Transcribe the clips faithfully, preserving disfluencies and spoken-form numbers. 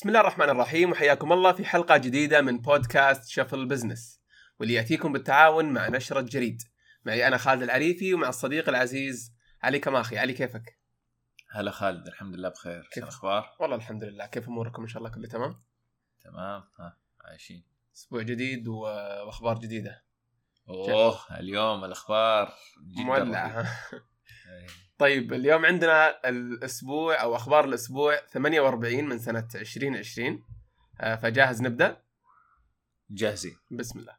بسم الله الرحمن الرحيم، وحياكم الله في حلقة جديدة من بودكاست شفل بزنس، واللي يأتيكم بالتعاون مع نشرة جريد. معي أنا خالد العريفي ومع الصديق العزيز علي كماخي. علي كيفك؟ هلا خالد، الحمد لله بخير. كيف الأخبار؟ والله الحمد لله. كيف أموركم؟ إن شاء الله كله تمام؟ تمام. ها عايشين. أسبوع جديد وأخبار جديدة. أوه اليوم الأخبار مولعة. طيب اليوم عندنا الأسبوع أو أخبار الأسبوع ثمانية وأربعين من سنة عشرين عشرين. فجاهز نبدأ؟ جاهزين. بسم الله.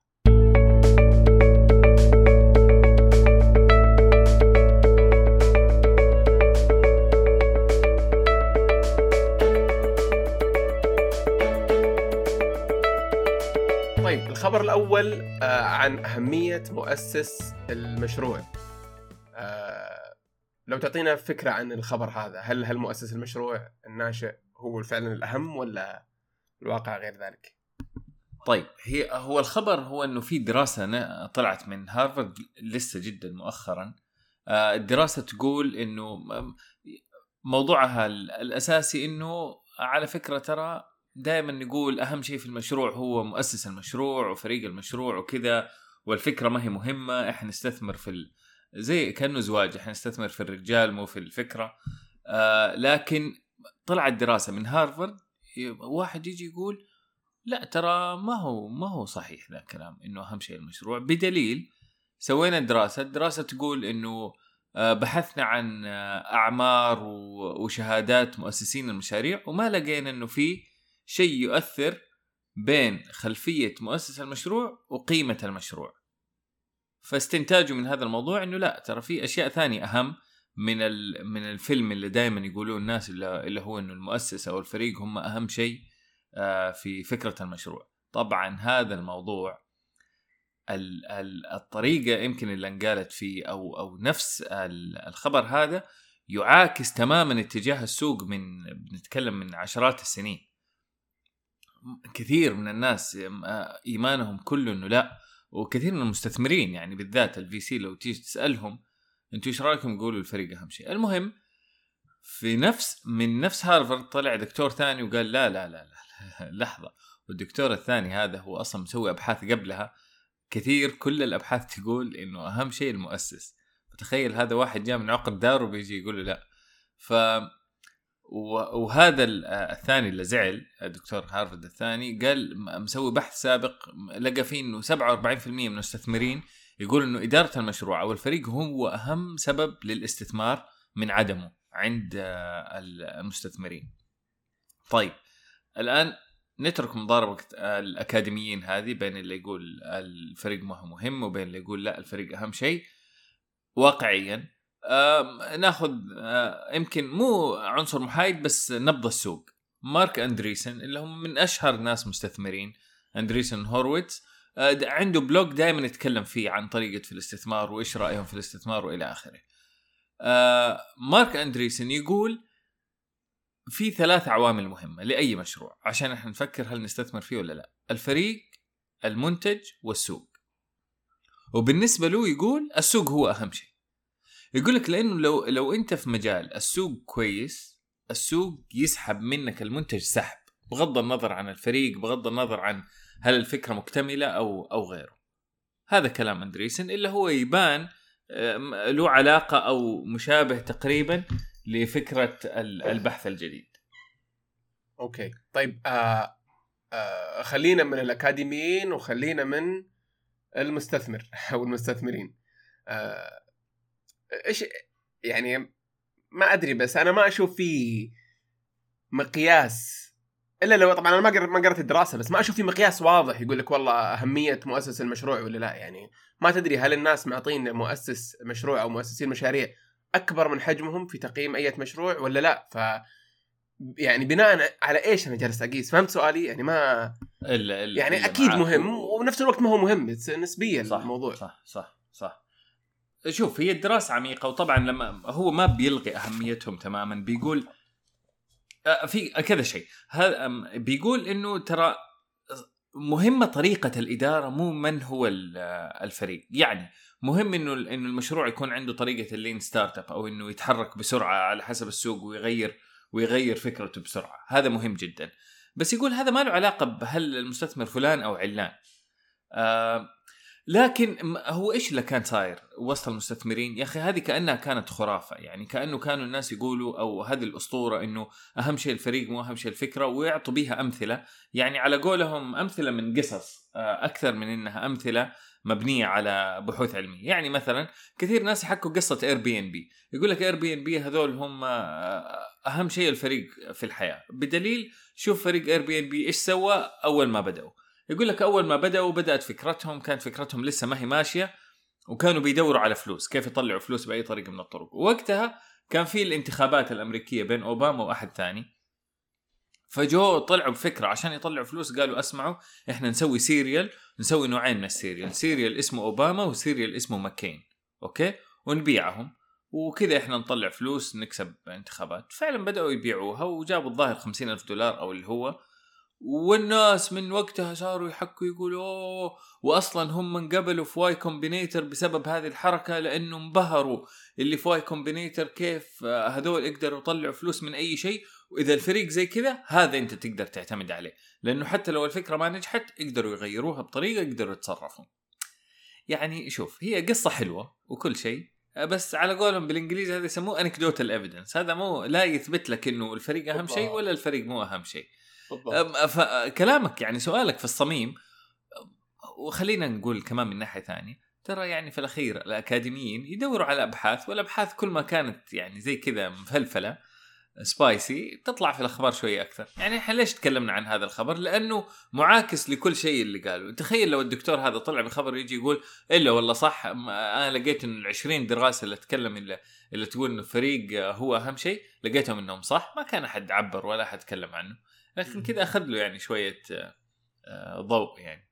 طيب الخبر الأول عن أهمية مؤسس المشروع. لو تعطينا فكرة عن الخبر هذا، هل هل مؤسس المشروع الناشئ هو فعلا الأهم ولا الواقع غير ذلك؟ طيب هي هو الخبر هو إنه في دراسة طلعت من هارفارد لسه جدا مؤخرا. الدراسة تقول إنه موضوعها الأساسي إنه على فكرة ترى دائما نقول أهم شيء في المشروع هو مؤسس المشروع وفريق المشروع وكذا، والفكرة ما هي مهمة. إحنا نستثمر في ال... زي كأنه زواج، إحنا نستثمر في الرجال مو في الفكرة. آه لكن طلعت دراسة من هارفارد، واحد يجي يقول لا ترى ما هو ما هو صحيح ذا الكلام إنه أهم شيء المشروع، بدليل سوينا دراسة. الدراسة تقول إنه آه بحثنا عن آه أعمار وشهادات مؤسسين المشاريع، وما لقينا إنه في شيء يؤثر بين خلفية مؤسس المشروع وقيمة المشروع. فاستنتاجوا من هذا الموضوع إنه لا ترى في أشياء ثانية أهم من من الفيلم اللي دائما يقولون الناس اللي هو إنه المؤسس أو الفريق هم أهم شيء في فكرة المشروع. طبعا هذا الموضوع الطريقة يمكن اللي انقالت فيه أو أو نفس الخبر هذا يعاكس تماما اتجاه السوق من بنتكلم من عشرات السنين. كثير من الناس إيمانهم كله إنه لا، وكثير من المستثمرين يعني بالذات الفي سي لو تيجي تسألهم انتوا ايش رايكم يقولوا الفريق اهم شيء. المهم في نفس من نفس هارفارد طلع دكتور ثاني وقال لا لا لا لا لحظة، والدكتور الثاني هذا هو اصلا مسوي ابحاث قبلها كثير، كل الابحاث تقول انه اهم شيء المؤسس. فتخيل هذا واحد جاء من عقر دار وبيجي يقول له لا. ف وهذا الثاني اللي زعل دكتور هارفارد الثاني قال مسوي بحث سابق لقى فيه انه سبعة وأربعين بالمئة من المستثمرين يقول انه اداره المشروع او الفريق هو اهم سبب للاستثمار من عدمه عند المستثمرين. طيب الان نترك مضاربه الاكاديميين هذه بين اللي يقول الفريق ما هو مهم وبين اللي يقول لا الفريق اهم شيء. واقعيا آه ناخذ آه يمكن مو عنصر محايد بس نبض السوق. مارك أندريسن اللي هم من أشهر ناس مستثمرين، أندريسن هورويتز، آه عنده بلوج دائما يتكلم فيه عن طريقة في الاستثمار وإيش رأيهم في الاستثمار وإلى آخره. آه مارك أندريسن يقول في ثلاث عوامل مهمة لأي مشروع عشان احنا نفكر هل نستثمر فيه ولا لا: الفريق، المنتج، والسوق. وبالنسبة له يقول السوق هو أهم شيء. يقولك لأنه لو لو أنت في مجال السوق كويس، السوق يسحب منك المنتج سحب بغض النظر عن الفريق، بغض النظر عن هل الفكرة مكتملة أو أو غيره. هذا كلام أندريسن اللي هو يبان له علاقة أو مشابه تقريبا لفكرة البحث الجديد. أوكي طيب آه آه خلينا من الأكاديميين وخلينا من المستثمر أو المستثمرين. آه إيش يعني ما أدري، بس أنا ما أشوف فيه مقياس إلا لو طبعا أنا ما قرأت ما قرأت الدراسة، بس ما أشوف فيه مقياس واضح يقول لك والله أهمية مؤسس المشروع ولا لا. يعني ما تدري هل الناس معطين مؤسس مشروع أو مؤسسين مشاريع أكبر من حجمهم في تقييم أي مشروع ولا لا. ف يعني بناء على إيش أنا جالس أقيس؟ فهمت سؤالي؟ يعني ما ال ال يعني أكيد مهم وبنفس الوقت ما هو مهم نسبيا صح الموضوع. صح صح صح. شوف هي الدراسة عميقة، وطبعا لما هو ما بيلغي أهميتهم تماما، بيقول في كذا شيء. هذا بيقول إنه ترى مهمة طريقة الإدارة مو من هو الفريق. يعني مهم إنه إنه المشروع يكون عنده طريقة اللين ستارت اب، أو إنه يتحرك بسرعة على حسب السوق ويغير ويغير فكرته بسرعة. هذا مهم جدا. بس يقول هذا ما له علاقة بهل المستثمر فلان أو علان. آه لكن هو إيش اللي كان صاير وسط المستثمرين يا أخي؟ هذه كأنها كانت خرافة، يعني كأنه كانوا الناس يقولوا أو هذه الأسطورة إنه أهم شيء الفريق مو أهم شيء الفكرة، ويعطوا بيها أمثلة، يعني على قولهم أمثلة من قصص أكثر من إنها أمثلة مبنية على بحوث علمية. يعني مثلا كثير ناس يحكوا قصة اير بي ان بي، يقول لك اير بي ان بي هذول هم أهم شيء الفريق في الحياة، بدليل شوف فريق اير بي ان بي إيش سوى أول ما بدأوا. يقول لك أول ما بدأوا بدأت فكرتهم كانت فكرتهم لسه ما هي ماشية، وكانوا بيدوروا على فلوس، كيف يطلعوا فلوس بأي طريقة من الطرق. ووقتها كان في الانتخابات الأمريكية بين أوباما وأحد ثاني، فجو طلعوا بفكرة عشان يطلعوا فلوس، قالوا أسمعوا إحنا نسوي سيريال، نسوي نوعين من السيريال، سيريال اسمه أوباما وسيريال اسمه ماكين، أوكي، ونبيعهم وكذا إحنا نطلع فلوس نكسب انتخابات. فعلا بدأوا يبيعوها وجابوا الظاهر خمسين ألف دولار أو اللي هو، والناس من وقتها صاروا يحكوا يقولوا أوه، وأصلا هم انقبلوا في واي كومبينيتر بسبب هذه الحركة، لأنه انبهروا اللي في واي كومبينيتر كيف هذول يقدروا يطلعوا فلوس من أي شيء، وإذا الفريق زي كذا هذا أنت تقدر تعتمد عليه، لأنه حتى لو الفكرة ما نجحت يقدروا يغيروها بطريقة يقدروا يتصرفوا. يعني شوف، هي قصة حلوة وكل شيء، بس على قولهم بالإنجليزي هذا يسموه anecdotal evidence، هذا مو لا يثبت لك إنه الفريق أهم شيء ولا الفريق مو أهم شيء. فكلامك يعني سؤالك في الصميم. وخلينا نقول كمان من ناحية ثانية، ترى يعني في الأخير الأكاديميين يدوروا على أبحاث، والأبحاث كل ما كانت يعني زي كذا مفلفلة سبايسي تطلع في الأخبار شوية أكثر. يعني إحنا ليش تكلمنا عن هذا الخبر؟ لأنه معاكس لكل شيء اللي قالوا. تخيل لو الدكتور هذا طلع بخبر يجي يقول إلا والله صح، أنا لقيت إنه العشرين دراسة اللي تكلم اللي, اللي تقول إنه فريق هو أهم شيء لقيتهم إنهم صح، ما كان أحد عبر ولا أحد تكلم عنه، لكن كذا أخذ له يعني شوية ضوء يعني.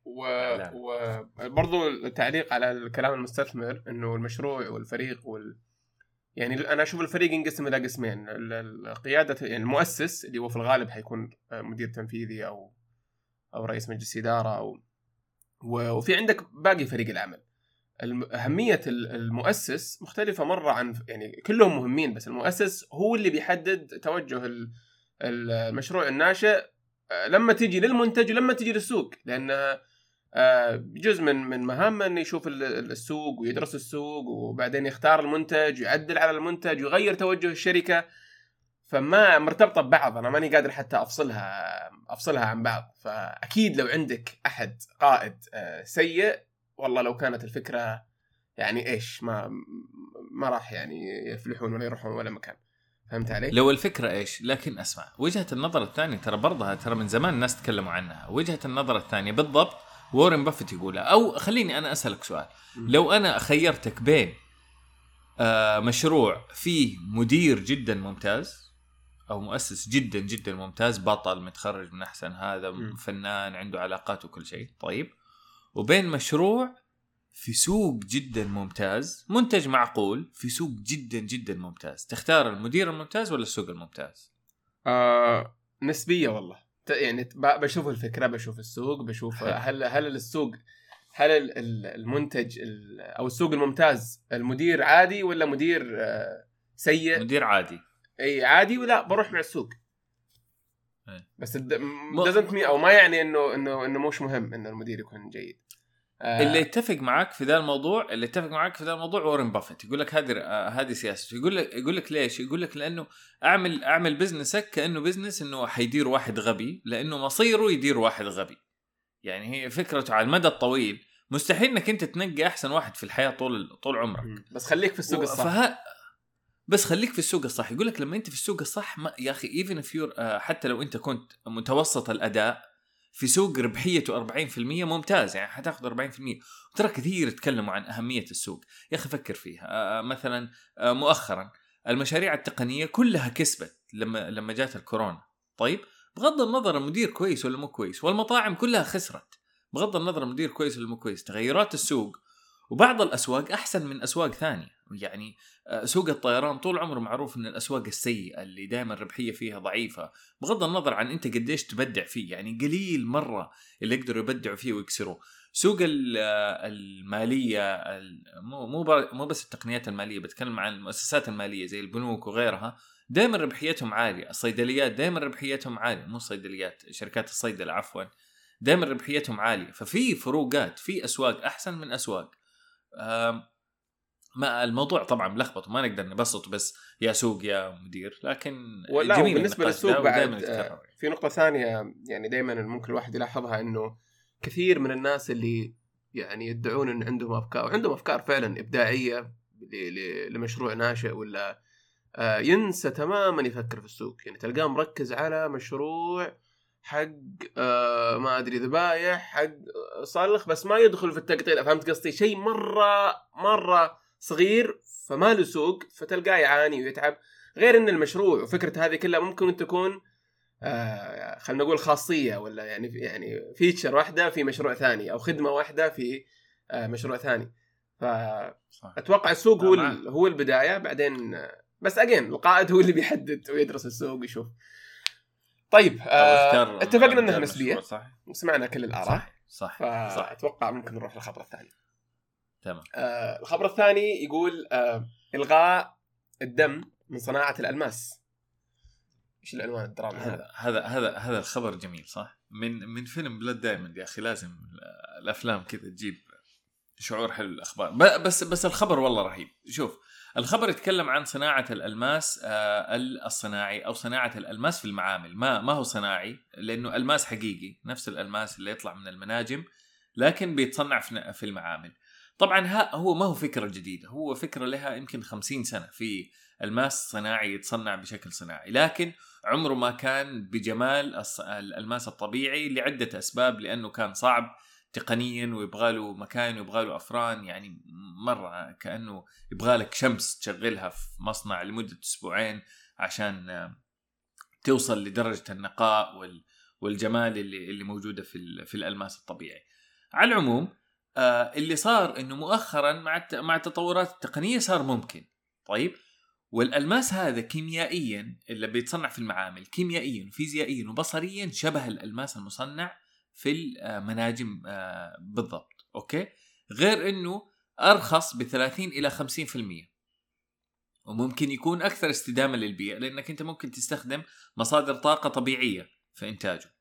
وبرضو التعليق على الكلام المستثمر إنه المشروع والفريق وال يعني أنا أشوف الفريق ينقسم إلى قسمين، القيادة يعني المؤسس اللي هو في الغالب حيكون مدير تنفيذي أو أو رئيس مجلس إدارة أو وفي عندك باقي فريق العمل. أهمية المؤسس مختلفة مرة عن يعني كلهم مهمين، بس المؤسس هو اللي بيحدد توجه المشروع الناشئ لما تيجي للمنتج ولما تيجي للسوق، لأن جزء من من مهامه انه يشوف السوق ويدرس السوق وبعدين يختار المنتج ويعدل على المنتج ويغير توجه الشركة، فما مرتبطة ببعض. أنا ماني قادر حتى أفصلها أفصلها عن بعض. فأكيد لو عندك أحد قائد سيء والله لو كانت الفكرة يعني إيش ما ما راح يعني يفلحون ولا يروحون ولا مكان. فهمت علي؟ لو الفكرة إيش، لكن أسمع وجهة النظر الثانية ترى برضها ترى من زمان الناس تكلموا عنها. وجهة النظر الثانية بالضبط وارن بافيت يقولها. أو خليني أنا أسألك سؤال، لو أنا خيرتك بين آه مشروع فيه مدير جدا ممتاز أو مؤسس جدا جدا ممتاز، بطل متخرج من أحسن هذا م. فنان عنده علاقات وكل شيء طيب، وبين مشروع في سوق جدا ممتاز، منتج معقول في سوق جدا جدا ممتاز، تختار المدير الممتاز ولا السوق الممتاز؟ آه نسبية والله، يعني بشوف الفكرة، بشوف السوق، بشوف هل هل السوق هل المنتج او السوق الممتاز المدير عادي ولا مدير سيء. مدير عادي، اي عادي، ولا بروح مع السوق. بس doesn't mean او ما يعني انه انه انه مش مهم انه المدير يكون جيد. آه اللي يتفق معك في ذا الموضوع اللي يتفق معك في ذا الموضوع وارن بافيت يقول لك هذه آه هذه سياسته. يقول لك يقول لك ليش؟ يقول لك لانه اعمل اعمل بزنسك كانه بزنس انه حيدير واحد غبي، لانه مصيره يدير واحد غبي. يعني هي فكرته على المدى الطويل مستحيل انك انت تنقي احسن واحد في الحياه طول طول عمرك، بس خليك في السوق الصح. فه... بس خليك في السوق الصح. يقول لك لما انت في السوق الصح ما... يا اخي even if you're آه حتى لو انت كنت متوسط الاداء في سوق ربحيته أربعين بالمية ممتاز، يعني حتاخذ أربعين بالمية. ترى كثير يتكلموا عن أهمية السوق يا أخي، فكر فيها. آه مثلا آه مؤخرا المشاريع التقنية كلها كسبت لما لما جات الكورونا. طيب بغض النظر المدير كويس ولا مو كويس، والمطاعم كلها خسرت بغض النظر المدير كويس ولا مو كويس. تغيرات السوق وبعض الأسواق أحسن من أسواق ثانية. يعني سوق الطيران طول عمره معروف أن الأسواق السيئة اللي دائما الربحية فيها ضعيفة، بغض النظر عن أنت قديش تبدع فيه. يعني قليل مرة اللي يقدروا يبدعوا فيه ويكسروا. سوق المالية مو مو مو بس التقنيات المالية، بتكلم عن المؤسسات المالية زي البنوك وغيرها، دائما ربحيتهم عاليه. الصيدليات دائما ربحيتهم عاليه، مو صيدليات، شركات الصيدله عفوا، دائما ربحيتهم عاليه. ففي فروقات، في اسواق احسن من اسواق. ما الموضوع طبعا ملخبط وما نقدر نبسط بس يا سوق يا مدير، لكن جميل. بالنسبه للسوق بعد في نقطه ثانيه يعني دائما ممكن الواحد يلاحظها، انه كثير من الناس اللي يعني يدعون ان عندهم افكار وعندهم افكار فعلا ابداعيه لمشروع ناشئ ولا آه ينسى تماما يفكر في السوق. يعني تلقاه مركز على مشروع حق آه ما ادري ذبايح، حق صالخ، بس ما يدخل في التقطيع. فهمت قصدي؟ شيء مره مره صغير فما له سوق، فتلقاه يعاني ويتعب. غير ان المشروع وفكرة هذه كلها ممكن ان تكون آه خلينا نقول خاصية ولا يعني يعني فيتشر واحدة في مشروع ثاني، او خدمة واحدة في آه مشروع ثاني. فأتوقع السوق هو هو البداية، بعدين بس أجين القائد هو اللي بيحدد ويدرس السوق ويشوف. طيب آه اتفقنا انها نسبية، سمعنا كل الآراء، صح صح فأتوقع ممكن نروح للخبر الثاني. تمام. آه الخبر الثاني يقول آه إلغاء الدم من صناعة الألماس. إيش العنوان الدرامي هذا؟ هذا هذا هذا الخبر جميل صح، من من فيلم بلاد دايموند يا أخي. لازم الأفلام كذا تجيب شعور حلو الأخبار. بس بس الخبر والله رهيب. شوف الخبر يتكلم عن صناعة الألماس آه الصناعي أو صناعة الألماس في المعامل. ما ما هو صناعي لأنه ألماس حقيقي، نفس الألماس اللي يطلع من المناجم، لكن بيتصنع في في المعامل. طبعا ها هو ما هو فكرة جديدة، هو فكرة لها يمكن خمسين سنة في ألماس صناعي يتصنع بشكل صناعي، لكن عمره ما كان بجمال الألماس الطبيعي لعدة أسباب. لأنه كان صعب تقنيا ويبغى له مكان ويبغى له أفران، يعني مرة كأنه يبغى لك شمس تشغلها في مصنع لمدة أسبوعين عشان توصل لدرجة النقاء والجمال اللي اللي موجودة في في الألماس الطبيعي. على العموم آه اللي صار إنه مؤخرا مع مع التطورات التقنية صار ممكن. طيب، والألماس هذا كيميائيا اللي بيتصنع في المعامل كيميائيا وفيزيائيا وبصريا شبه الألماس المصنع في المناجم آه بالضبط. أوكي، غير إنه أرخص بثلاثين إلى خمسين في المية، وممكن يكون أكثر استدامة للبيئة لأنك أنت ممكن تستخدم مصادر طاقة طبيعية في إنتاجه.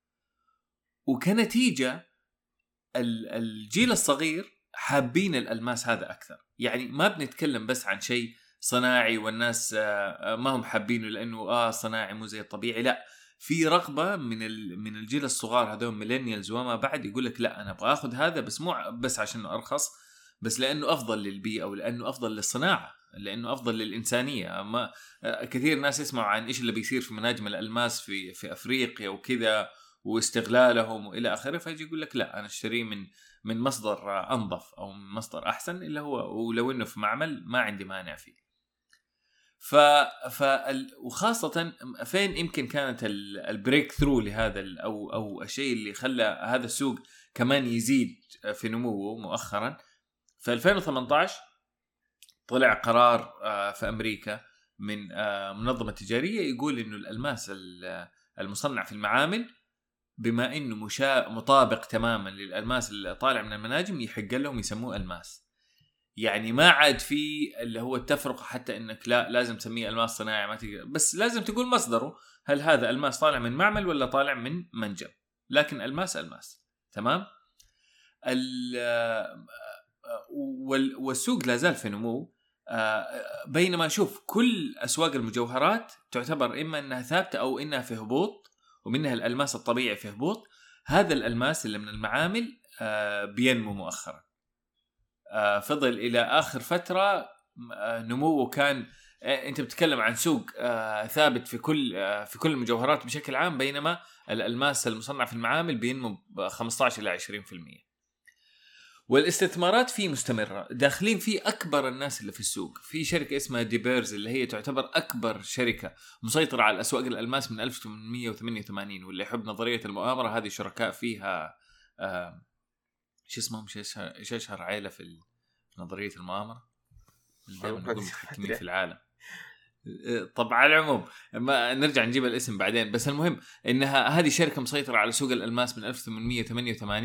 وكنتيجة الجيل الصغير حابين الألماس هذا أكثر. يعني ما بنتكلم بس عن شيء صناعي والناس ما هم حابينه لأنه آه صناعي مو زي الطبيعي، لا، في رغبة من من الجيل الصغار هذول ميلينيالز وما بعد يقول لك لا أنا أبغى أخذ هذا، بس مو بس عشان أرخص، بس لأنه أفضل للبيئة ولأنه أفضل للصناعة، لأنه أفضل للإنسانية. ما كثير ناس يسمعوا عن إيش اللي بيصير في مناجم الألماس في في أفريقيا وكذا واستغلالهم وإلى آخره، فيجي يقول لك لا أنا أشتري من من مصدر أنظف أو من مصدر أحسن اللي هو، ولو إنه في معمل ما عندي مانع فيه. ف ف وخاصة فين يمكن كانت البريك ثرو لهذا أو أو الشيء اللي خلى هذا السوق كمان يزيد في نموه مؤخرا. في ألفين وثمانية عشر طلع قرار في أمريكا من منظمة تجارية يقول إنه الألماس المصنع في المعامل بما إنه مشا... مطابق تماما للألماس اللي طالع من المناجم يحق لهم يسموه ألماس. يعني ما عاد في اللي هو التفرقة حتى إنك لا لازم تسميه ألماس صناعي، ما تقدر، بس لازم تقول مصدره، هل هذا ألماس طالع من معمل ولا طالع من منجم، لكن ألماس ألماس. تمام. والسوق لا زال في نمو، بينما شوف كل أسواق المجوهرات تعتبر إما أنها ثابتة أو إنها في هبوط، ومنها الألماس الطبيعي في هبوط. هذا الألماس اللي من المعامل بينمو مؤخرا، فضل إلى آخر فترة نموه كان أنت بتتكلم عن سوق ثابت في كل في كل المجوهرات بشكل عام، بينما الألماس المصنع في المعامل بينمو خمسة عشر إلى عشرين بالمئة. والاستثمارات فيه مستمرة، داخلين فيه أكبر الناس اللي في السوق. في شركة اسمها دي بيرز اللي هي تعتبر أكبر شركة مسيطرة على أسواق الألماس من ألف وثمانمئة وثمانية وثمانين، واللي يحب نظرية المؤامرة هذه شركاء فيها آه شو اسمهم، إيش أشهر عائلة في نظرية المؤامرة اللي دائما نقول متحكمين في العالم. طبعا على العموم ما نرجع نجيب الاسم بعدين، بس المهم إنها هذه شركة مسيطرة على سوق الألماس من ألف وثمانمئة وثمانية وثمانين،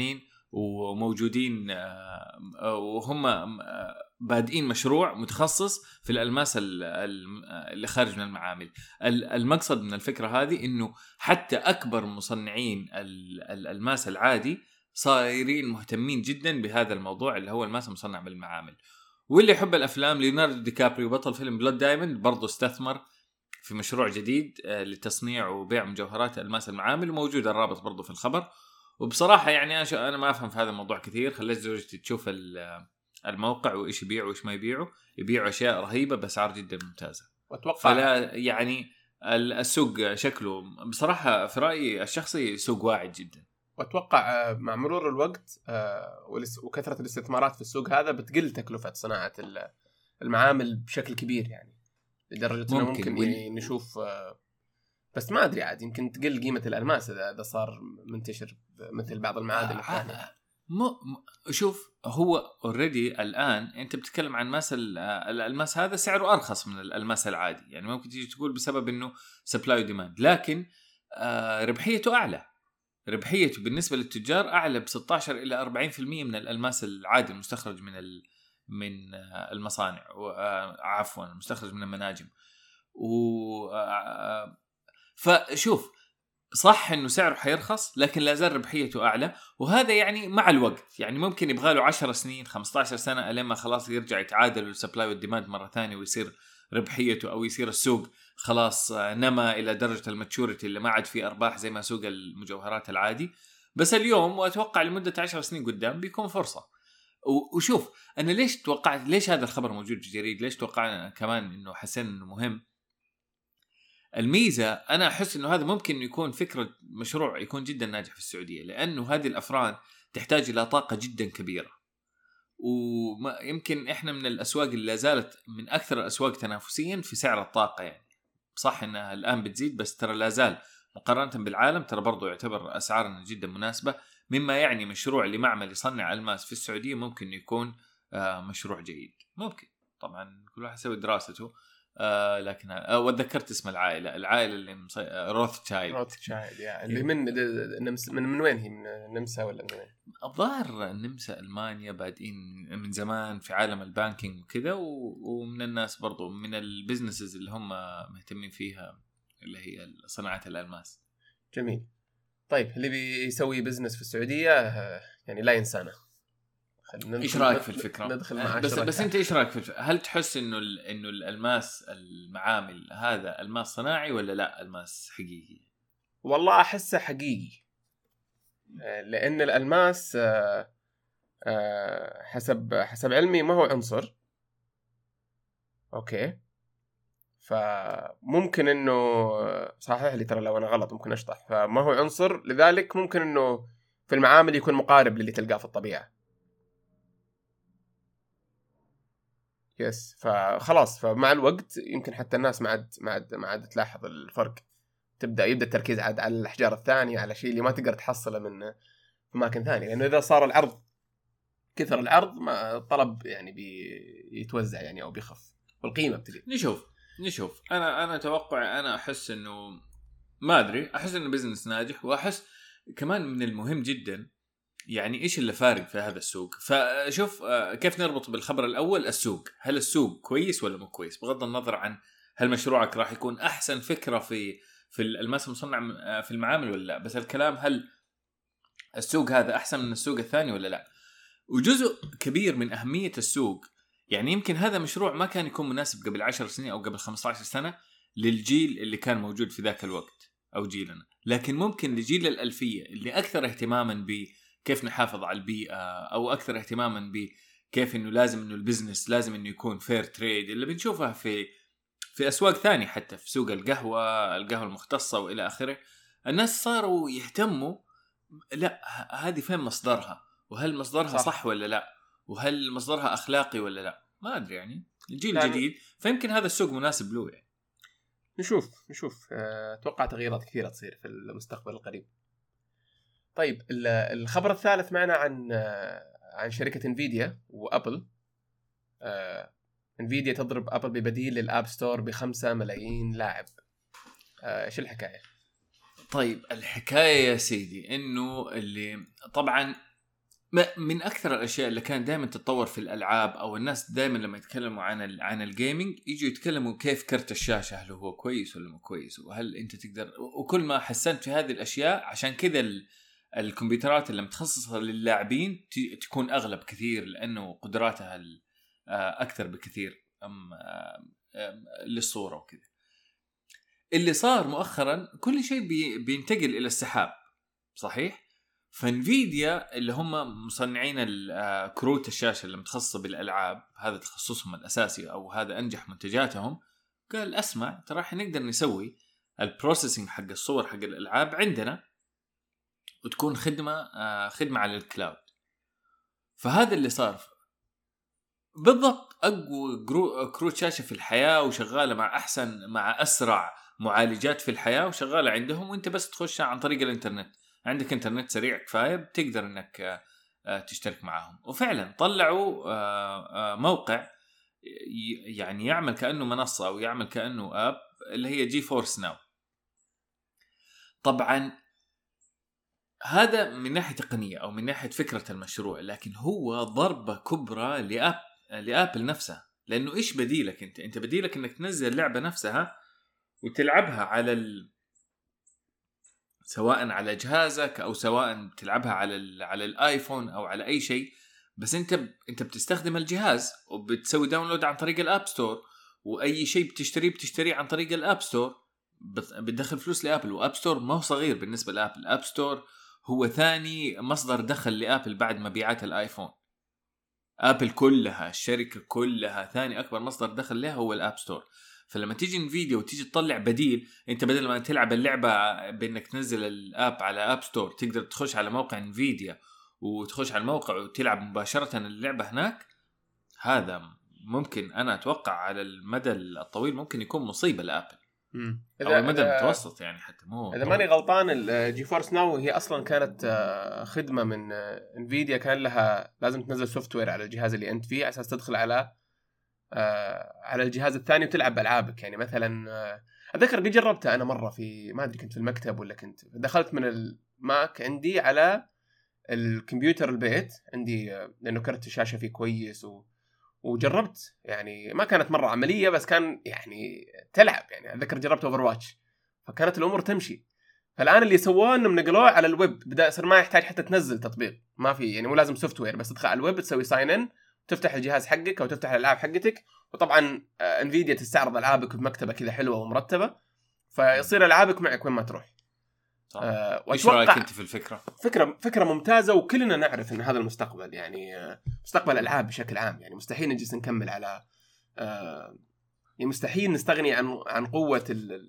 وموجودين وهم بادئين مشروع متخصص في الألماس اللي خارج من المعامل. المقصد من الفكرة هذه إنه حتى أكبر مصنعين الألماس العادي صايرين مهتمين جدا بهذا الموضوع اللي هو الماس المصنع بالمعامل. واللي يحب الأفلام، ليوناردو دي كابريو بطل فيلم بلود دايموند برضو استثمر في مشروع جديد لتصنيع وبيع مجوهرات ألماس المعامل، وموجود الرابط برضو في الخبر. وبصراحة يعني أنا ما أفهم في هذا الموضوع كثير، خليت زوجتي تشوف الموقع وإيش يبيعوا وإيش ما يبيعوا. يبيعوا أشياء رهيبة بأسعار جدا ممتازة. وأتوقع فلا يعني السوق شكله بصراحة في رأيي الشخصي سوق واعد جدا. وأتوقع مع مرور الوقت وكثرة الاستثمارات في السوق هذا بتقل تكلفة صناعة المعامل بشكل كبير، يعني لدرجة أنه ممكن, ممكن يعني نشوف، بس ما أدري عاد يمكن تقل قيمة الألماس إذا صار منتشر مثل بعض المعادن الثانية. م... شوف هو اوريدي الآن أنت بتتكلم عن ماس الألماس هذا سعره أرخص من الألماس العادي، يعني ممكن تيجي تقول بسبب إنه سبلاي وديماند، لكن آه ربحيته أعلى. ربحيته بالنسبة للتجار أعلى ب ستة عشر إلى أربعين بالمئة من الألماس العادي المستخرج من ال... من المصانع، عفوا المستخرج من المناجم. و فشوف صح انه سعره حيرخص، لكن لا زال ربحيته اعلى، وهذا يعني مع الوقت، يعني ممكن يبغى له عشر سنين خمسة عشر سنه لين ما خلاص يرجع يتعادل السبلاي والديماند مره ثانيه ويصير ربحيته، او يصير السوق خلاص نما الى درجه الماتشوريتي اللي ما عاد فيه ارباح زي ما سوق المجوهرات العادي. بس اليوم واتوقع لمده عشر سنين قدام بيكون فرصه. وشوف انا ليش توقعت ليش هذا الخبر موجود في الجريد، ليش توقعنا كمان انه حسين انه مهم. الميزة أنا أحس إنه هذا ممكن يكون فكرة مشروع يكون جدا ناجح في السعودية، لأنه هذه الأفران تحتاج إلى طاقة جدا كبيرة، ويمكن إحنا من الأسواق اللي لازالت من أكثر الأسواق تنافسيا في سعر الطاقة. يعني صح إنها الآن بتزيد، بس ترى لازال مقارنة بالعالم ترى برضو يعتبر أسعارنا جدا مناسبة، مما يعني مشروع لمعمل يصنع ألماس في السعودية ممكن يكون مشروع جيد. ممكن طبعا كل واحد يسوي دراسته. آه لكن آه وتذكرت اسم العائلة العائلة اللي مصي... روثشايلد روثشايلد يعني اللي من نمس... من من وين هي، من النمسا ولا من وين؟ الظاهر النمسا ألمانيا بادئين من زمان في عالم البانكينج وكذا، و... ومن الناس برضو من البيزنسز اللي هم مهتمين فيها اللي هي صناعة الألماس. جميل. طيب اللي بيسوي بزنس في السعودية يعني لا ينسانا. ايش رايك في الفكره؟ ندخل مع بس بس انت ايش رايك في الفكرة؟ هل تحس انه ال... انه الالماس المعامل هذا الماس صناعي ولا لا الماس حقيقي؟ والله احسه حقيقي، لان الالماس حسب حسب علمي ما هو عنصر. اوكي، فممكن انه صحح لي ترى لو انا غلط ممكن اشطح. فما هو عنصر، لذلك ممكن انه في المعامل يكون مقارب للي تلقاه في الطبيعه. يس، فخلاص فمع الوقت يمكن حتى الناس ما عاد ما عاد ما عاد تلاحظ الفرق، تبدا يبدا التركيز عاد على الاحجار الثانيه، على شيء اللي ما تقدر تحصله من اماكن ثانيه، لانه اذا صار العرض كثر العرض ما الطلب يعني بيتوزع يعني او بيخف والقيمه بتقل. نشوف نشوف انا انا اتوقع انا احس انه ما ادري احس انه بزنس ناجح، واحس كمان من المهم جدا يعني إيش اللي فارق في هذا السوق. فشوف كيف نربط بالخبر الأول السوق، هل السوق كويس ولا مو كويس، بغض النظر عن هل مشروعك راح يكون أحسن فكرة في في الألماس المصنع في المعامل ولا لا، بس الكلام هل السوق هذا أحسن من السوق الثاني ولا لا. وجزء كبير من أهمية السوق يعني يمكن هذا مشروع ما كان يكون مناسب قبل عشر سنين أو قبل خمسة عشر سنة للجيل اللي كان موجود في ذاك الوقت أو جيلنا، لكن ممكن لجيل الألفية اللي أكثر اهتماما ب كيف نحافظ على البيئة، أو أكثر اهتماما بكيف إنه لازم إنه البزنس لازم إنه يكون فير تريد اللي بنشوفها في في أسواق ثانية، حتى في سوق القهوة القهوة المختصة وإلى آخره. الناس صاروا يهتموا لا هذه فين مصدرها، وهل مصدرها صح, صح ولا لا، وهل مصدرها أخلاقي ولا لا، ما أدري يعني الجيل يعني الجديد. فيمكن هذا السوق مناسب له يعني. نشوف نشوف أتوقع تغييرات كثيرة تصير في المستقبل القريب. طيب الخبر الثالث معنا عن عن شركة انفيديا وابل. انفيديا تضرب ابل ببديل للاب ستور بخمسة ملايين لاعب. ايش الحكاية؟ طيب الحكاية يا سيدي انه اللي طبعا من اكثر الاشياء اللي كان دائما تتطور في الالعاب، او الناس دائما لما يتكلموا عن عن الجيمنج يجوا يتكلموا كيف كرت الشاشه، هل هو كويس ولا مو كويس، وهل انت تقدر، وكل ما حسنت في هذه الاشياء عشان كذا الكمبيوترات اللي متخصصه للاعبين تكون اغلب كثير، لانه قدراتها اكثر بكثير أم للصوره وكذا. اللي صار مؤخرا كل شيء بينتقل الى السحاب، صحيح؟ فانفيديا اللي هم مصنعين كروت الشاشة اللي متخصصة بالألعاب، هذا تخصصهم الأساسي أو هذا أنجح منتجاتهم، قال أسمع ترى احنا نقدر نسوي البروسيسنج حق الصور حق الألعاب عندنا وتكون خدمة خدمة على الكلاود. فهذا اللي صار بالضبط، أقوى كروت شاشة في الحياة وشغالة مع أحسن مع أسرع معالجات في الحياة وشغالة عندهم، وانت بس تخش عن طريق الانترنت، عندك انترنت سريع كفاية بتقدر انك تشترك معهم. وفعلا طلعوا موقع يعني يعمل كأنه منصة او يعمل كأنه اب اللي هي جي فورس ناو. طبعا هذا من ناحية تقنية او من ناحية فكرة المشروع، لكن هو ضربة كبرى لأب لأبل نفسها، لانه ايش بديلك انت انت بديلك انك تنزل اللعبة نفسها وتلعبها على ال... سواء على جهازك او سواء تلعبها على ال... على الايفون او على اي شيء، بس انت ب... انت بتستخدم الجهاز وبتسوي داونلود عن طريق الاب ستور، واي شيء بتشتريه بتشتريه عن طريق الاب ستور، بت... بتدخل فلوس لابل. واب ستور ما هو صغير بالنسبه لابل، الاب ستور هو ثاني مصدر دخل لابل بعد مبيعات الايفون. ابل كلها الشركه كلها ثاني اكبر مصدر دخل لها هو الاب ستور. فلما تيجي انفيديا وتيجي تطلع بديل، انت بدل ما تلعب اللعبه بانك تنزل الاب على اب ستور، تقدر تخش على موقع انفيديا وتخش على الموقع وتلعب مباشره اللعبه هناك. هذا ممكن انا اتوقع على المدى الطويل ممكن يكون مصيبه لابل، او المدى المتوسط يعني، حتى مو اذا ماني غلطان الجي فورس ناو هي اصلا كانت خدمه من انفيديا، كان لها لازم تنزل سوفت وير على الجهاز اللي انت فيه على اساس تدخل على آه على الجهاز الثاني وتلعب ألعابك. يعني مثلا آه أذكر قد جربتها أنا مرة في ما أدري كنت في المكتب ولا كنت دخلت من الماك عندي على الكمبيوتر البيت عندي، آه لأنه كرت الشاشة فيه كويس و... وجربت. يعني ما كانت مرة عملية بس كان يعني تلعب. يعني أذكر جربت أوفرواتش فكانت الأمور تمشي. فالآن اللي سووه إنهم نقلوه على الويب، بدأ يصير ما يحتاج حتى تنزل تطبيق، ما في يعني مو لازم سوفت وير، بس تدخل على الويب تسوي ساين إن، تفتح الجهاز حقك أو تفتح الألعاب حقتك، وطبعا انفيديا تستعرض ألعابك بمكتبة كذا حلوة ومرتبة، فيصير ألعابك معك وين ما تروح. آه إيش رأيك أنت في الفكرة؟ فكرة فكرة ممتازة، وكلنا نعرف إن هذا المستقبل، يعني آه مستقبل الألعاب بشكل عام. يعني مستحيل نجلس نكمل على آه يعني مستحيل نستغني عن عن قوة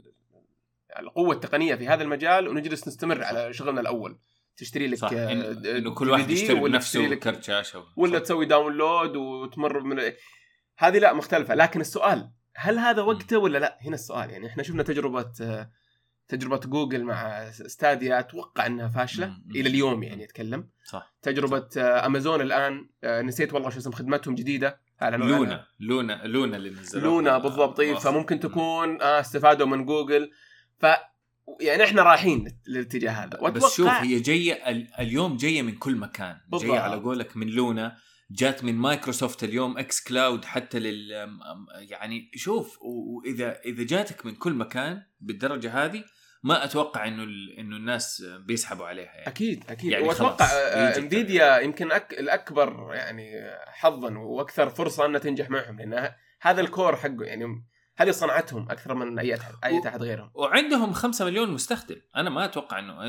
القوة التقنية في هذا المجال ونجلس نستمر على شغلنا الأول. تشتري لك آه إنه كل واحد يشتري بنفسه كرت شاشة ولا تسوي داونلود وتمر من هذه، لا مختلفة. لكن السؤال هل هذا وقته ولا لا؟ هنا السؤال. يعني احنا شفنا تجربة تجربة جوجل مع ستاديا، اتوقع انها فاشلة م- م- الى اليوم. يعني اتكلم صح. تجربة صح. امازون الان نسيت والله شو اسم خدمتهم جديدة، لونا لونا لونا اللي نزلوها لونا بالضبط. آه فممكن تكون آه استفادوا من جوجل. ف يعني احنا رايحين للاتجاه هذا. بس شوف هي جايه اليوم جايه من كل مكان، جايه على قولك من لونا، جات من مايكروسوفت اليوم اكس كلاود حتى لل يعني شوف، واذا اذا جاتك من كل مكان بالدرجه هذه ما اتوقع انه انه الناس بيسحبوا عليها يعني. اكيد اكيد يعني واتوقع انفيديا يمكن أك... الاكبر يعني حظا واكثر فرصه انها تنجح معهم، لان هذا الكور حقه، يعني هذه صنعتهم اكثر من اي احد اي احد غيرهم. وعندهم خمسة مليون مستخدم. انا ما اتوقع انه،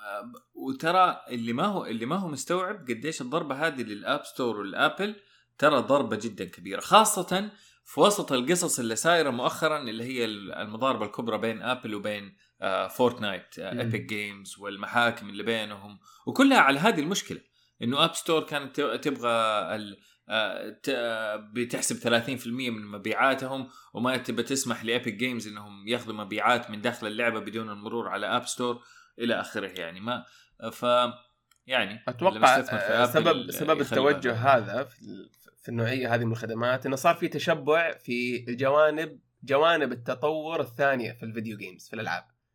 وترى اللي ما هو اللي ما هو مستوعب قديش الضربه هذه للاب ستور والابل، ترى ضربه جدا كبيره، خاصه في وسط القصص اللي صايره مؤخرا اللي هي المضاربه الكبرى بين ابل وبين فورتنايت ايبك جيمز والمحاكم اللي بينهم، وكلها على هذه المشكله انه اب ستور كانت تبغى ال بتحسب ثلاثين بالمئة من مبيعاتهم، وما تبى تسمح لإيبك جيمز انهم ياخذوا مبيعات من داخل اللعبه بدون المرور على اب ستور الى اخره. يعني ما ف يعني اتوقع سبب سبب التوجه هذا في النوعيه هذه من الخدمات انه صار في تشبع في الجوانب جوانب التطور الثانيه في الفيديو جيمز في الالعاب.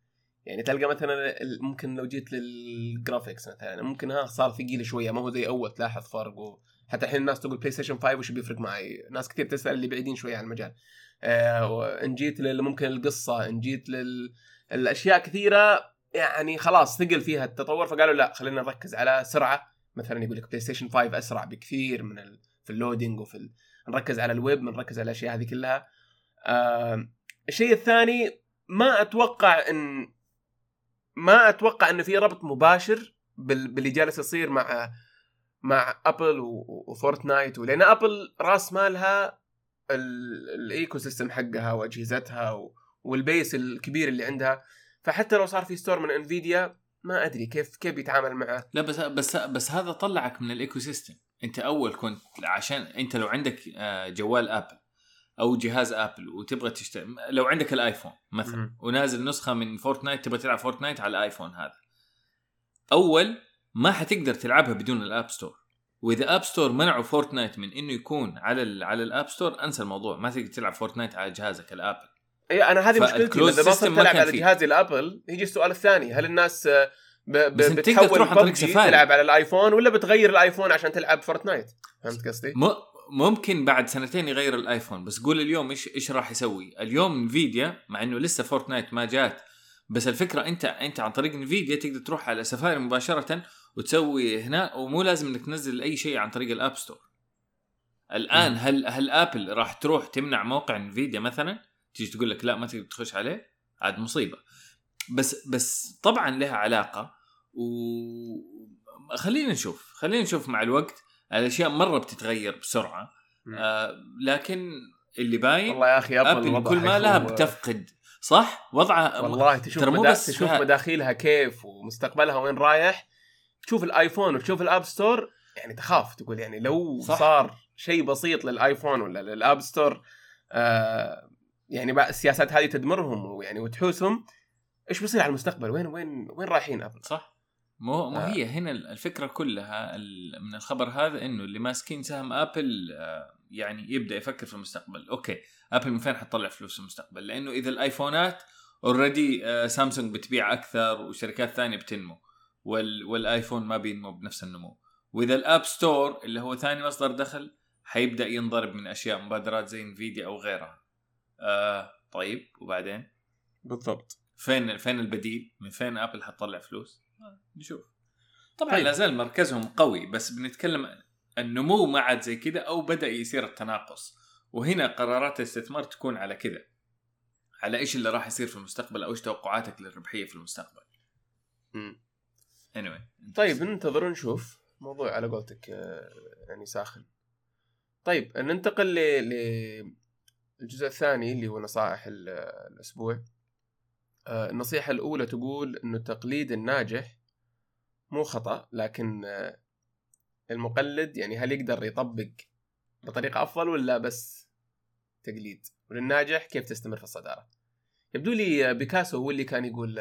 يعني تلقى مثلا ممكن لو جيت للجرافيكس مثلا ممكن ها صار ثقيل شويه، ما هو زي اول، تلاحظ فرق. حتى الحين الناس تقول بلاي ستيشن خمسة وش بيفرق معي، ناس كثير تسال اللي بعيدين شويه عن المجال. آه ان جيت ممكن القصه، ان جيت للاشياء كثيره يعني خلاص ثقل فيها التطور، فقالوا لا خلينا نركز على سرعه. مثلا يقول لك بلاي ستيشن خمسة اسرع بكثير من ال... في اللودينج وفي ال... نركز على الويب، نركز على الاشياء هذه كلها. آه الشيء الثاني ما اتوقع ان ما اتوقع انه في ربط مباشر بال... باللي جالس يصير مع مع ابل وفورتنايت، ولان ابل راس مالها الايكو سيستم حقها واجهزتها و... والبيس الكبير اللي عندها، فحتى لو صار في ستور من انفيديا ما ادري كيف كيف يتعامل معه. لا بس بس بس هذا طلعك من الايكو سيستم. انت اول كنت عشان انت لو عندك جوال ابل او جهاز ابل وتبغى تشتري، لو عندك الايفون مثلا م- ونازل نسخه من فورتنايت تبغى تلعب فورتنايت على الايفون هذا، اول ما حتقدر تلعبها بدون الاب ستور. واذا اب ستور منعوا فورتنايت من انه يكون على ال على الاب ستور، انسى الموضوع، ما تقدر تلعب فورتنايت على جهازك الابل. اي انا هذه مشكلتي، اذا ما صرت تلعب على جهازي الابل يجي السؤال الثاني، هل الناس ب... ب... بتحول تروح عن طريق سفاري تلعب على الايفون ولا بتغير الايفون عشان تلعب فورتنايت؟ فهمت قصدي؟ م... ممكن بعد سنتين يغير الايفون، بس قول اليوم ايش ايش راح يسوي اليوم انفيديا، مع انه لسه فورتنايت ما جات، بس الفكره انت انت عن طريق انفيديا تقدر تروح على سفاري مباشره وتسوي هنا، ومو لازم انك تنزل اي شيء عن طريق الاب ستور. الان م. هل هل ابل راح تروح تمنع موقع انفيديا مثلا، تيجي تقول لك لا ما تقدر تخش عليه؟ عاد مصيبه. بس بس طبعا لها علاقه، وخلينا نشوف خلينا نشوف مع الوقت الاشياء مره بتتغير بسرعه. آه لكن اللي باين والله يا اخي ابل, أبل كل ما لها بتفقد صح وضعها. والله تشوف مدا... تشوف مداخيلها كيف ومستقبلها وين رايح، تشوف الايفون وتشوف الاب ستور، يعني تخاف تقول يعني لو صح. صار شيء بسيط للايفون ولا للاب ستور آه يعني بقى السياسات هذه تدمرهم ويعني وتحوسهم، ايش بيصير على المستقبل؟ وين وين وين رايحين ابل؟ صح. مو مو هي هنا الفكره كلها من الخبر هذا، انه اللي ماسكين سهم ابل يعني يبدا يفكر في المستقبل. اوكي ابل من فين حتطلع فلوس في المستقبل؟ لانه اذا الايفونات اوريدي سامسونج بتبيع اكثر وشركات ثانيه بتنمو، والايفون ما بينمو بنفس النمو، واذا الاب ستور اللي هو ثاني مصدر دخل حيبدا ينضرب من اشياء مبادرات زي انفيديا او غيرها. آه طيب وبعدين بالضبط فين فين البديل؟ من فين ابل حتطلع فلوس؟ نشوف. طبعا طيب. لازال مركزهم قوي، بس بنتكلم النمو ما عاد زي كده او بدا يصير التناقص، وهنا قرارات الاستثمار تكون على كده، على ايش اللي راح يصير في المستقبل او ايش توقعاتك للربحيه في المستقبل. امم anyway. طيب ننتظر ونشوف. موضوع على قولتك يعني ساخن. طيب ننتقل للجزء الثاني اللي هو نصائح الاسبوع. النصيحة الأولى تقول إنه التقليد الناجح مو خطأ، لكن المقلد يعني هل يقدر يطبق بطريقة أفضل ولا بس تقليد؟ وللناجح كيف تستمر في الصدارة؟ يبدو لي بيكاسو هو اللي كان يقول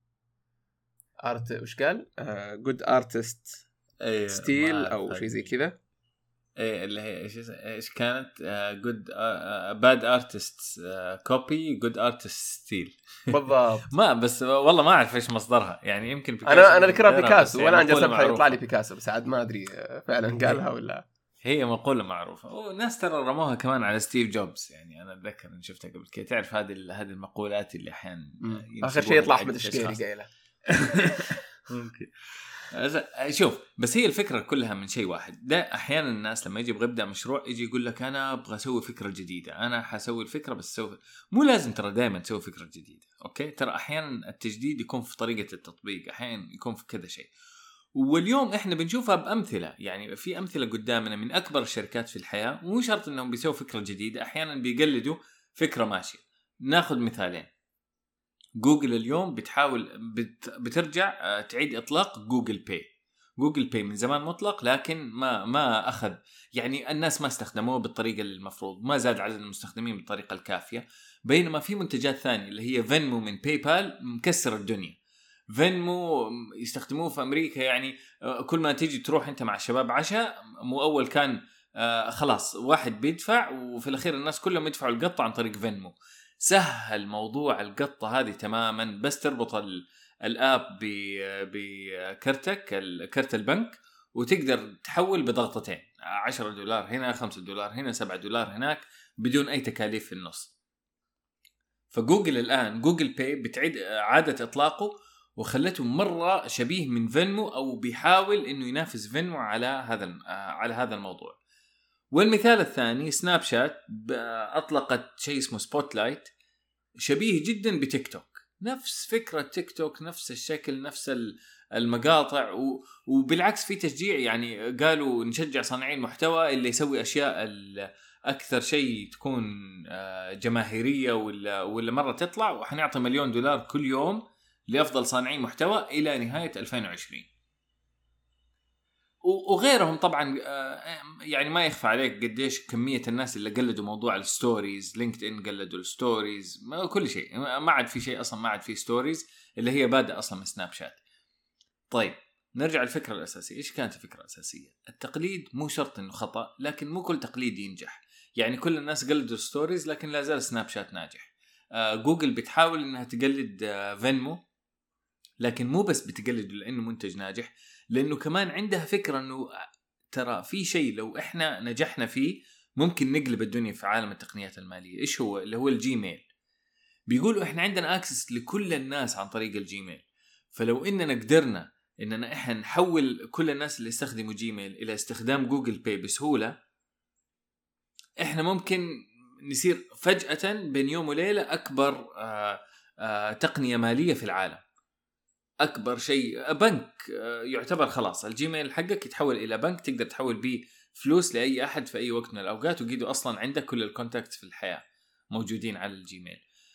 ارت وش قال جود ارتست ستيل او شيء زي كذا. ايه اللي هي ايش ايش كانت جود باد ارتست كوبي جود ارتست ستيل بالضبط. ما بس والله ما اعرف ايش مصدرها، يعني يمكن بيكاسو. انا انا ذكرها بيكاسو وانا جالس ابحث يطلع لي بيكاسو، بس عاد ما ادري فعلا قالها ولا. هي مقولة معروفة وناس ترى رموها كمان على ستيف جوبز، يعني أنا أتذكر إن شفتها قبل كده. تعرف هذه هذه المقولات اللي أحيانا آخر شيء يطلع أحمد الشقيري قايلها. ممكن. شوف بس هي الفكرة كلها من شيء واحد. ده أحيانا الناس لما يجي يبغى يبدأ مشروع يجي يقول لك أنا أبغى أسوي فكرة جديدة، أنا حسوي الفكرة بس سوي. مو لازم ترى دائما تسوي فكرة جديدة، أوكي؟ ترى أحيانا التجديد يكون في طريقة التطبيق، أحيانا يكون في كذا شيء. واليوم احنا بنشوفها بامثله، يعني في امثله قدامنا من اكبر الشركات في الحياه، مو شرط انهم بيسووا فكره جديده، احيانا بيقلدوا فكره ماشيه. ناخذ مثالين. جوجل اليوم بتحاول بت بترجع تعيد اطلاق جوجل باي. جوجل باي من زمان مطلق لكن ما ما اخذ، يعني الناس ما استخدموه بالطريقه المفروض، ما زاد عدد المستخدمين بالطريقه الكافيه. بينما في منتجات ثانيه اللي هي فينمو من باي بال مكسر الدنيا. فينمو يستخدموه في أمريكا، يعني كل ما تيجي تروح أنت مع الشباب عشاء، مو أول كان آه خلاص واحد بيدفع وفي الأخير الناس كلهم يدفعوا القطة عن طريق فينمو. سهل موضوع القطة هذه تماما. بس تربط الآب بكرتك كرت البنك وتقدر تحول بضغطتين، عشرة دولار هنا، خمسة دولار هنا، سبعة دولار هناك، بدون أي تكاليف في النص. فجوجل الآن جوجل باي بتعيد عادة إطلاقه وخلته مرة شبيه من فينمو، أو بيحاول إنه ينافس فينمو على هذا على هذا الموضوع. والمثال الثاني سناب شات أطلقت شيء اسمه سبوت لايت، شبيه جدا بتيك توك، نفس فكرة تيك توك، نفس الشكل، نفس المقاطع، وبالعكس في تشجيع. يعني قالوا نشجع صانعي المحتوى اللي يسوي أشياء أكثر شيء تكون جماهيرية ولا ولا مرة تطلع، وحنعطي مليون دولار كل يوم لأفضل صانعي محتوى إلى نهاية ألفين وعشرين. وغيرهم طبعا. يعني ما يخفى عليك قديش كمية الناس اللي قلدوا موضوع الستوريز، لينكد إن قلدوا الستوريز، كل شيء، ما عاد في شيء أصلا، ما عاد في ستوريز اللي هي بادئ أصلا من سناب شات. طيب نرجع للفكرة الأساسية. إيش كانت الفكرة الأساسية؟ التقليد مو شرط إنه خطأ، لكن مو كل تقليد ينجح. يعني كل الناس قلدوا ستوريز لكن لا زال سناب شات ناجح. آه جوجل بتحاول إنها تقلد آه فينمو، لكن مو بس بتقلد لأنه منتج ناجح، لأنه كمان عندها فكرة إنه ترى في شيء لو إحنا نجحنا فيه ممكن نقلب الدنيا في عالم التقنيات المالية. إيش هو؟ اللي هو الجيميل. بيقولوا إحنا عندنا أكسس لكل الناس عن طريق الجيميل، فلو إننا قدرنا إننا إحنا نحول كل الناس اللي يستخدموا جيميل إلى استخدام جوجل باي بسهولة، إحنا ممكن نصير فجأة بين يوم وليلة أكبر آآ آآ تقنية مالية في العالم. أكبر شيء بنك يعتبر خلاص الجيميل حقك يتحول إلى بنك، تقدر تحول به فلوس لأي أحد في أي وقت من الأوقات، وقيدوا أصلا عندك كل الكونتاكتس في الحياة موجودين على الجيميل.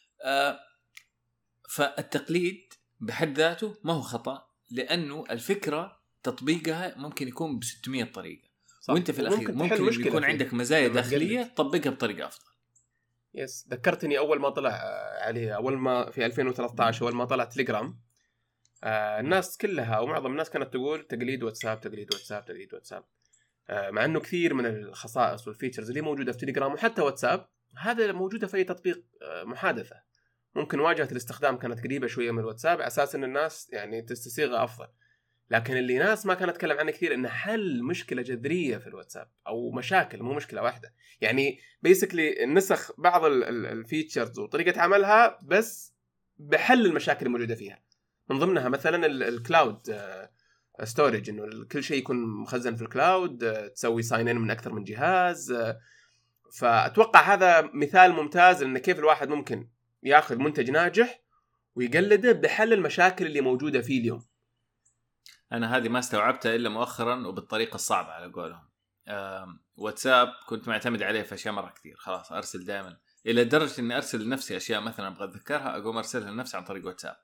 فالتقليد بحد ذاته ما هو خطأ، لأنه الفكرة تطبيقها ممكن يكون بستمية طريقة، وانت في الأخير ممكن, ممكن يكون عندك مزايا داخلية تطبقها بطريقة أفضل. يس ذكرتني أول ما طلع عليه، أول ما في ألفين وثلاثة عشر أول ما طلع تليجرام، آه الناس كلها أو معظم الناس كانت تقول تقليد واتساب تقليد واتساب تقليد واتساب، آه مع أنه كثير من الخصائص والفيتشرز اللي موجودة في تليجرام وحتى واتساب هذا موجودة في أي تطبيق آه محادثة. ممكن واجهة الاستخدام كانت قريبة شوية من الواتساب على أساس أن الناس يعني تستسيغها أفضل، لكن اللي ناس ما كانت تتكلم عنه كثير إنه حل مشكلة جذرية في الواتساب أو مشاكل، مو مشكلة واحدة. يعني بيسكلي النسخ بعض الفيتشرز وطريقة عملها بس بحل المشاكل الموجودة فيها، من ضمنها مثلا الكلاود ستورج، إنه كل شيء يكون مخزن في الكلاود، تسوي ساين إن من أكثر من جهاز. فأتوقع هذا مثال ممتاز إن كيف الواحد ممكن ياخذ منتج ناجح ويقلده بحل المشاكل اللي موجودة فيه اليوم. أنا هذه ما استوعبتها إلا مؤخرا وبالطريقة الصعبة على قولهم. واتساب كنت معتمد عليه في أشياء مرة كثير، خلاص أرسل دائما، إلى درجة إني أرسل لنفسي أشياء مثلا أبغى أتذكرها أقوم أرسلها لنفسي عن طريق واتساب.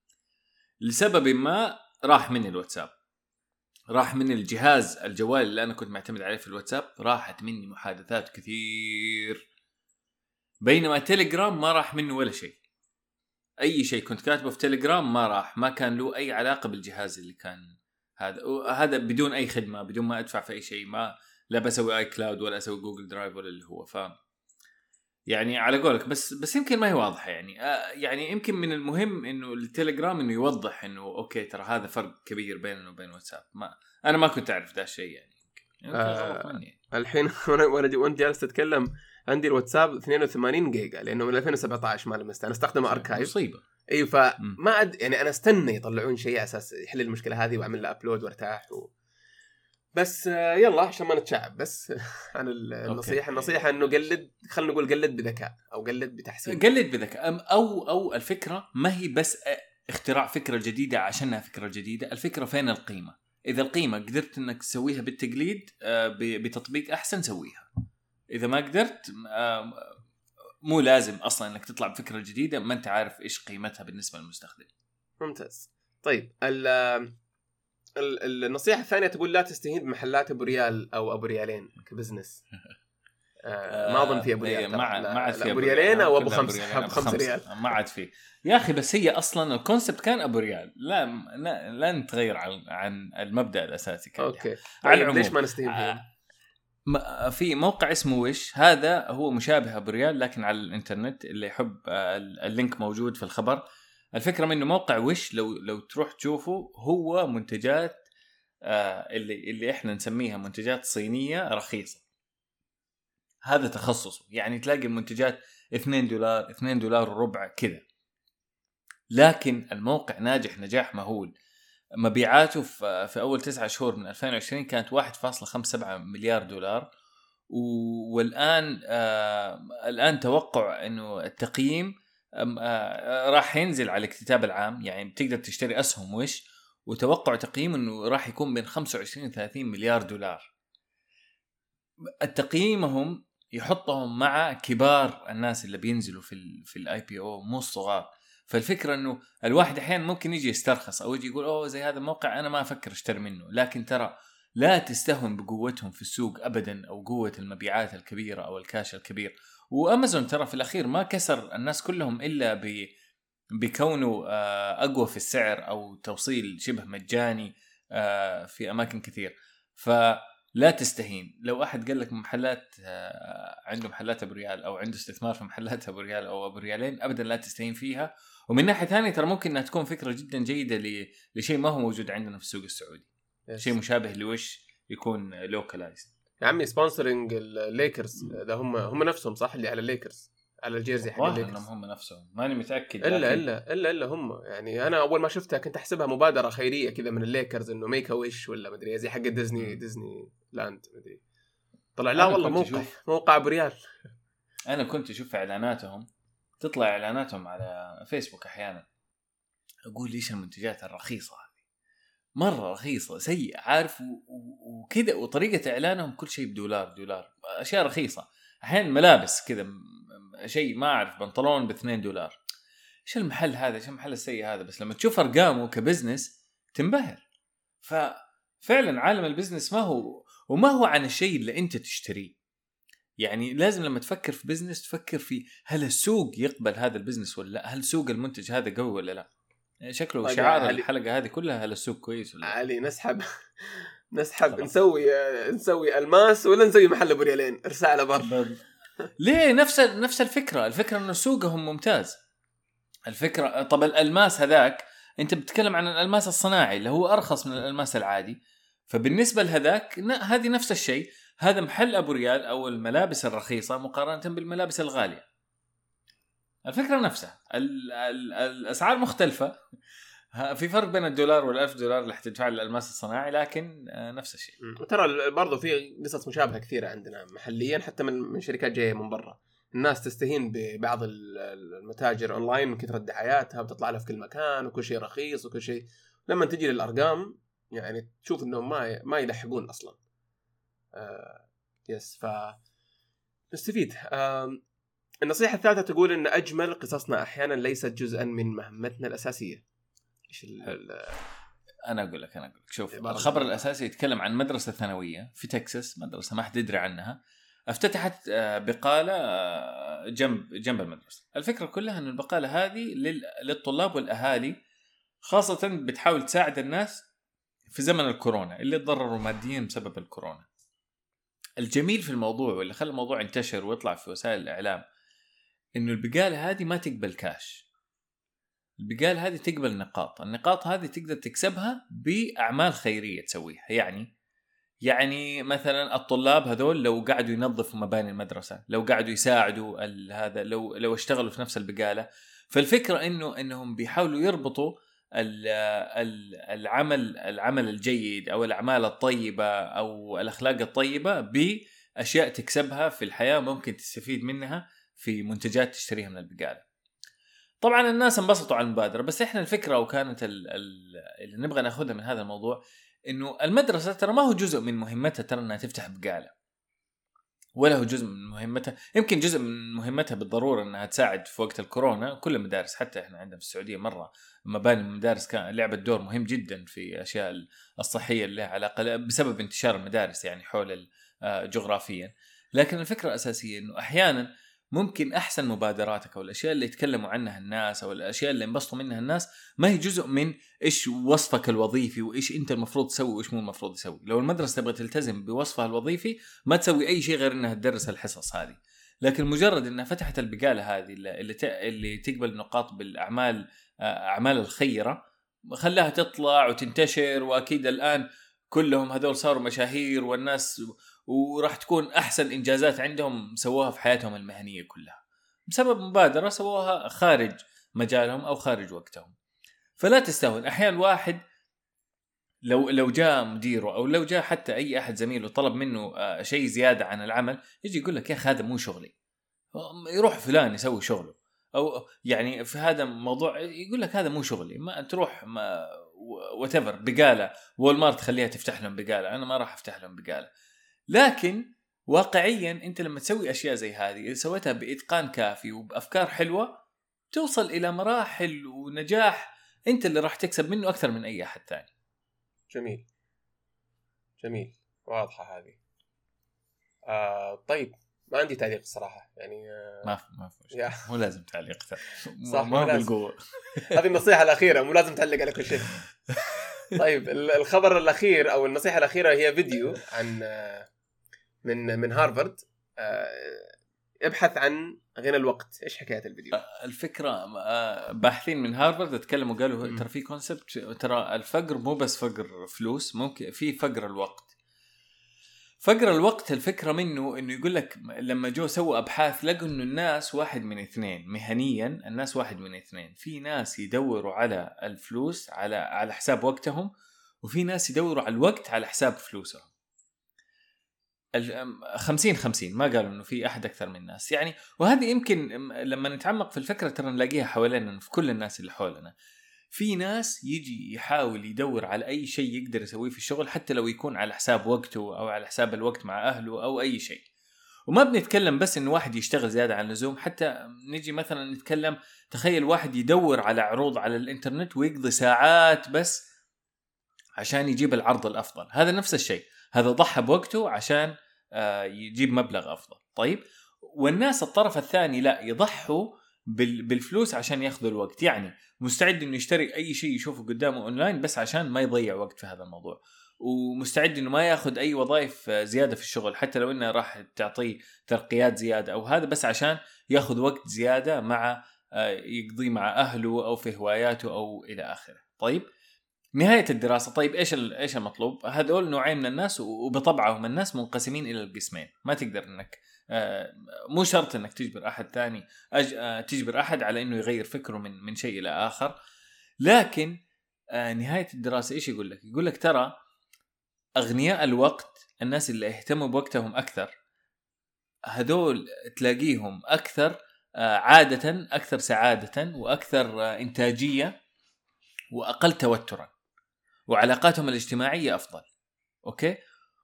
لسبب ما راح مني الواتساب، راح مني الجهاز الجوال اللي أنا كنت معتمد عليه في الواتساب، راحت مني محادثات كثير، بينما تيليجرام ما راح منه ولا شيء. أي شيء كنت كاتبه في تيليجرام ما راح، ما كان له أي علاقة بالجهاز اللي كان هذا، هذا بدون أي خدمة، بدون ما أدفع في أي شيء، ما لا بسوي آي كلاود ولا أسوي جوجل درايف ولا اللي هو. ف يعني على قولك بس بس يمكن ما هي واضحة. يعني آه يعني يمكن من المهم إنه التليجرام إنه يوضح إنه أوكي ترى هذا فرق كبير بينه وبين واتساب. ما أنا ما كنت أعرف ده الشيء يعني. يمكن آه مني. الحين وأنا وأنت جالس تتكلم عندي الواتساب اثنين وثمانين جيجا لأنه من ألفين وسبعة عشر ما لمست، أنا استخدمه أركايف. مصيبة. أيوة فما أد... يعني أنا استنى يطلعون شيء أساس يحل المشكلة هذه وأعمل له أبلود وارتاح و... بس يلا عشان ما نتشعب بس عن النصيحة. النصيحة إنه قلد، خلنا نقول قلد بذكاء أو قلد بتحسين. قلد بذكاء أو أو الفكرة ما هي بس اختراع فكرة جديدة عشانها فكرة جديدة، الفكرة فين القيمة. إذا القيمة قدرت إنك تسويها بالتقليد بتطبيق أحسن سويها، إذا ما قدرت مو لازم أصلا إنك تطلع بفكرة جديدة ما أنت عارف إيش قيمتها بالنسبة للمستخدم. ممتاز. طيب ال النصيحة الثانية تقول لا تستهين بمحلات أبو ريال أو أبو ريالين كبزنس. آه ما أظن في أبو ريال، ما عاد في أبو ريالين أو أبو خمس أبو خمس ريال، ما عاد في يا أخي. بس هي أصلا الكونسبت كان أبو ريال، لا لا, لا نتغير عن عن المبدأ الأساسي كان. أوكي طيب ليش ما نستهين فيهم؟ في موقع اسمه ويش، هذا هو مشابه ابو ريال لكن على الانترنت، اللي يحب اللينك موجود في الخبر. الفكره منه موقع ويش لو لو تروح تشوفه هو منتجات اللي اللي احنا نسميها منتجات صينيه رخيصه، هذا تخصصه. يعني تلاقي المنتجات اثنين دولار اثنين دولار وربع كذا، لكن الموقع ناجح نجاح مهول. مبيعاته في في اول تسعة شهور من ألفين وعشرين كانت واحد فاصلة خمسة سبعة مليار دولار، والان آه الان توقع انه التقييم آه راح ينزل على الاكتتاب العام، يعني بتقدر تشتري اسهم وش، وتوقع تقييم انه راح يكون بين خمسة وعشرين وثلاثين مليار دولار. التقييمهم يحطهم مع كبار الناس اللي بينزلوا في ال في الاي بي او، مو الصغار. فالفكرة انه الواحد احيانا ممكن يجي يسترخص او يجي يقول اوه زي هذا الموقع انا ما افكر اشتري منه، لكن ترى لا تستهون بقوتهم في السوق ابدا، او قوة المبيعات الكبيرة او الكاش الكبير. وامازون ترى في الاخير ما كسر الناس كلهم الا ب بكونه اقوى في السعر او توصيل شبه مجاني في اماكن كثير. فلا تستهين لو احد قال لك محلات عنده محلات ابو ريال او عنده استثمار في محلات ابو ريال او ابو ريالين، ابدا لا تستهين فيها. ومن ناحيه ثانيه ترى ممكن انها تكون فكره جدا جيده لشيء ما هو موجود عندنا في السوق السعودي، yes. شيء مشابه لوش يكون لوكالايزد. يا عمي سبونسرنج الليكرز ده هم هم نفسهم صح، اللي على الليكرز على الجيرزي حق الليكرز هم نفسهم، ماني متاكد. الا لكن... الا الا الا هم يعني انا اول ما شفتها كنت احسبها مبادره خيريه كذا من الليكرز، انه ميك ا ويش ولا مدري زي حق ديزني ديزني لاند مدري. طلع لا والله موقع موقع ابو ريال. انا كنت اشوف اعلاناتهم، تطلع اعلاناتهم على فيسبوك احيانا، اقول ليش المنتجات الرخيصه هذه، مره رخيصه سيء عارف، وكذا وطريقه اعلانهم كل شيء بدولار دولار، اشياء رخيصه. احيانا ملابس كذا شيء ما اعرف بنطلون باثنين دولار، ايش المحل هذا، ايش المحل السيء هذا. بس لما تشوف ارقامه كبزنس تنبهر. ففعلا عالم البزنس ما هو وما هو عن الشيء اللي انت تشتريه. يعني لازم لما تفكر في بزنس تفكر في هل السوق يقبل هذا البزنس ولا لا، هل سوق المنتج هذا قوي ولا لا. شكله شعار الحلقه هذه كلها هل السوق كويس ولا لا. علي نسحب نسحب نسوي نسوي الماس ولا نسوي محل ابو ريالين رساله برا. ليه نفس نفس الفكره الفكره انه سوقهم ممتاز. الفكره طب الالماس هذاك انت بتتكلم عن الالماس الصناعي اللي هو ارخص من الالماس العادي، فبالنسبه لهذاك هذه نفس الشيء. هذا محل ابو ريال او الملابس الرخيصه مقارنه بالملابس الغاليه، الفكره نفسها. ال ال الاسعار مختلفه، في فرق بين الدولار والألف دولار اللي حتدفع للألماس الصناعي، لكن نفس الشيء. وترى برضو في قصص مشابهة كثيرة عندنا محليا حتى من من شركات جاية من برا. الناس تستهين ببعض المتاجر أونلاين من كثرة دعاياتها، بتطلع لها في كل مكان وكل شيء رخيص وكل شيء، لما تجي للأرقام يعني تشوف إنهم ما ما يلحقون أصلا. آه يس ف نستفيد. آه النصيحة الثالثة تقول إن أجمل قصصنا أحيانا ليست جزءا من مهمتنا الأساسية. إيش أنا أقول لك أنا أقول لك شوف، الخبر الأساسي يتكلم عن مدرسة ثانوية في تكساس، مدرسة ما حد يدري عنها، افتتحت بقالة جنب جنب المدرسة. الفكرة كلها إن البقالة هذه للطلاب والأهالي، خاصة بتحاول تساعد الناس في زمن الكورونا اللي تضرروا ماديا بسبب الكورونا. الجميل في الموضوع واللي خلى الموضوع ينتشر ويطلع في وسائل الإعلام إنه البقالة هذه ما تقبل كاش، البقالة هذه تقبل نقاط. النقاط هذه تقدر تكسبها بأعمال خيرية تسويها. يعني يعني مثلا الطلاب هذول لو قعدوا ينظفوا مباني المدرسة، لو قعدوا يساعدوا هذا، لو لو اشتغلوا في نفس البقالة. فالفكرة إنه إنهم بيحاولوا يربطوا العمل العمل الجيد أو الأعمال الطيبة أو الأخلاق الطيبة بأشياء تكسبها في الحياة، ممكن تستفيد منها في منتجات تشتريها من البقالة. طبعا الناس انبسطوا على المبادرة، بس إحنا الفكرة وكانت ال ال اللي نبغى ناخذها من هذا الموضوع إنه المدرسة ترى ما هو جزء من مهمتها ترى إنها تفتح بقالة، ولا هو جزء من مهمتها. يمكن جزء من مهمتها بالضرورة إنها تساعد في وقت الكورونا. كل المدارس حتى إحنا عندنا في السعودية مرة مباني المدارس كان لعبت دور مهم جدا في أشياء الصحية اللي لها علاقة بسبب انتشار المدارس يعني حول جغرافيا. لكن الفكرة الأساسية إنه أحيانا ممكن احسن مبادراتك او الاشياء اللي يتكلموا عنها الناس او الاشياء اللي انبسطوا منها الناس ما هي جزء من ايش وصفك الوظيفي وايش انت المفروض تسوي وايش مو المفروض تسوي. لو المدرسه تبغى تلتزم بوصفها الوظيفي ما تسوي اي شيء غير انها تدرس الحصص هذه، لكن مجرد انها فتحت البقاله هذه اللي اللي تقبل نقاط بالاعمال اعمال الخيره خلاها تطلع وتنتشر، واكيد الان كلهم هذول صاروا مشاهير والناس وراح تكون احسن انجازات عندهم سووها في حياتهم المهنيه كلها بسبب مبادره سووها خارج مجالهم او خارج وقتهم. فلا تستهون. احيانا واحد لو لو جاء مديره او لو جاء حتى اي احد زميله طلب منه شيء زياده عن العمل يجي يقول لك يا اخي هذا مو شغلي، يروح فلان يسوي شغله، او يعني في هذا موضوع يقول لك هذا مو شغلي، ما تروح ما واتيفر بقاله وول مارت خليها تفتح لهم بقاله، انا ما راح افتح لهم بقاله. لكن واقعيا انت لما تسوي اشياء زي هذه سويتها باتقان كافي وبافكار حلوه توصل الى مراحل ونجاح انت اللي راح تكسب منه اكثر من اي احد ثاني. جميل جميل واضحه هذه. آه طيب ما عندي تعليق الصراحه يعني آه ما ما مو لازم تعليق صح ما بالقوه. هذه النصيحه الاخيره، مو لازم تعلق على كل شيء. طيب الخبر الاخير او النصيحه الاخيره هي فيديو عن من من هارفارد ابحث عن غنى الوقت. ايش حكايه الفيديو؟ الفكره باحثين من هارفارد تكلموا قالوا ترى في كونسبت، ترى الفقر مو بس فقر فلوس، ممكن في فقر الوقت. فقر الوقت الفكرة منه انه يقول لك لما جو سووا ابحاث لقوا انه الناس واحد من اثنين مهنيا، الناس واحد من اثنين، في ناس يدوروا على الفلوس على على حساب وقتهم، وفي ناس يدوروا على الوقت على حساب فلوسهم. خمسين خمسين، ما قالوا انه في احد اكثر من الناس يعني. وهذه يمكن لما نتعمق في الفكرة ترى نلاقيها حوالينا في كل الناس اللي حولنا. في ناس يجي يحاول يدور على أي شيء يقدر يسويه في الشغل حتى لو يكون على حساب وقته أو على حساب الوقت مع أهله أو أي شيء. وما بنتكلم بس إنه واحد يشتغل زيادة عن اللزوم، حتى نجي مثلا نتكلم تخيل واحد يدور على عروض على الإنترنت ويقضي ساعات بس عشان يجيب العرض الأفضل. هذا نفس الشيء، هذا ضحى بوقته عشان يجيب مبلغ أفضل. طيب والناس الطرف الثاني لا، يضحوا بالفلوس عشان ياخذوا الوقت، يعني مستعد انه يشتري اي شيء يشوفه قدامه اونلاين بس عشان ما يضيع وقت في هذا الموضوع، ومستعد انه ما ياخذ اي وظائف زياده في الشغل حتى لو انها راح تعطيه ترقيات زياده او هذا، بس عشان ياخذ وقت زياده مع يقضي مع اهله او في هواياته او الى اخره. طيب نهايه الدراسه، طيب ايش ايش المطلوب؟ هذول نوعين من الناس وبطبعهم الناس منقسمين الى القسمين، ما تقدر انك مو شرط انك تجبر احد ثاني تجبر احد على انه يغير فكره من من شيء الى اخر. لكن نهايه الدراسه ايش يقول لك؟ يقول لك ترى اغنياء الوقت، الناس اللي يهتموا بوقتهم اكثر، هذول تلاقيهم اكثر عاده اكثر سعاده واكثر انتاجيه واقل توترا، وعلاقاتهم الاجتماعيه افضل. اوكي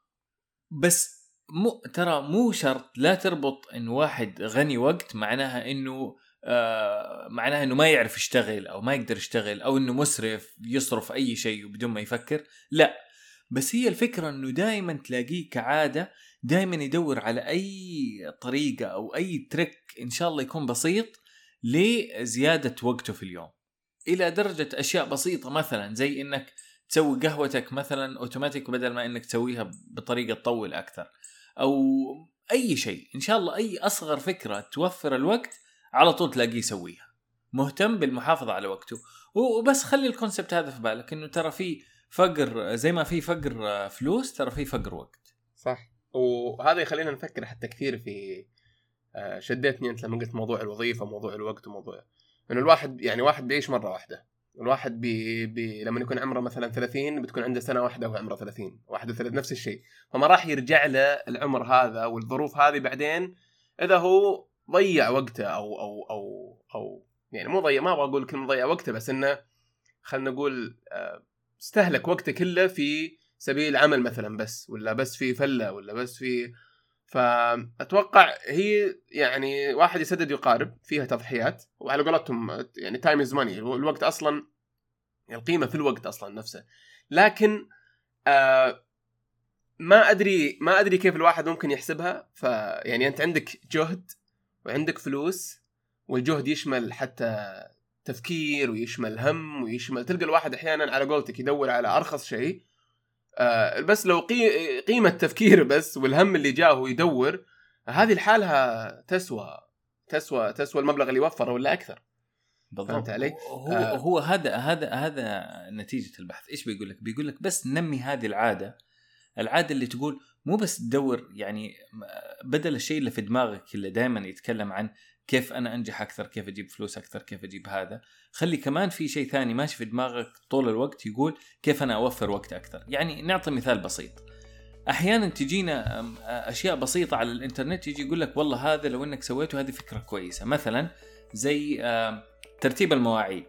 بس مو ترى مو شرط، لا تربط إن واحد غني وقت معناها إنه آه معناها إنه ما يعرف يشتغل أو ما يقدر يشتغل أو إنه مسرف يصرف أي شيء بدون ما يفكر. لا، بس هي الفكرة إنه دائما تلاقيه كعادة دائما يدور على أي طريقة أو أي تريك إن شاء الله يكون بسيط لزيادة وقته في اليوم، إلى درجة أشياء بسيطة مثلا زي إنك تسوي قهوتك مثلا أوتوماتيك بدل ما إنك تسويها بطريقة تطول أكثر، أو أي شيء إن شاء الله. أي أصغر فكرة توفر الوقت على طول تلاقيه يسويها، مهتم بالمحافظة على وقته. وبس خلي الكونسبت هذا في بالك إنه ترى في فقر زي ما في فقر فلوس، ترى في فقر وقت. صح. وهذا يخلينا نفكر حتى كثير في شدتني أنت لما قلت موضوع الوظيفة موضوع الوقت وموضوع إنه الواحد يعني واحد بيعيش مرة واحدة. الواحد بي بي لما يكون عمره مثلا ثلاثين بتكون عنده سنة واحدة وهو عمره ثلاثين، واحد وثلاثين نفس الشيء، فما راح يرجع له العمر هذا والظروف هذه بعدين إذا هو ضيع وقته أو أو أو أو يعني مو ضيع، ما أبغى أقول كلمة ضيع وقته، بس إنه خلنا نقول استهلك وقته كله في سبيل عمل مثلا بس، ولا بس في فلة، ولا بس في. فأتوقع هي يعني واحد يسدد يقارب فيها تضحيات، وعلى قولتهم يعني time is money، الوقت أصلا القيمة في الوقت أصلا نفسه. لكن آه ما أدري ما أدري كيف الواحد ممكن يحسبها. فيعني أنت عندك جهد وعندك فلوس والجهد يشمل حتى تفكير ويشمل هم ويشمل، تلقى الواحد أحيانا على قولتك يدور على أرخص شيء، آه بس لو قي... قيمة تفكير بس والهم اللي جاءه يدور، هذه الحالة تسوى تسوى تسوى المبلغ اللي وفره ولا أكثر. بالضبط. هو آه. هو هذا هذا هذا نتيجة البحث. إيش بيقول لك؟ بيقول لك بس نمي هذه العادة، العادة اللي تقول مو بس تدور، يعني بدل الشيء اللي في دماغك اللي دائما يتكلم عن كيف أنا أنجح أكثر، كيف أجيب فلوس أكثر، كيف أجيب هذا، خلي كمان في شيء ثاني ماشي في دماغك طول الوقت يقول كيف أنا أوفر وقت أكثر. يعني نعطي مثال بسيط. أحيانا تجينا أشياء بسيطة على الإنترنت يجي يقول لك والله هذا لو إنك سويته هذه فكرة كويسة، مثلا زي ترتيب المواعيد،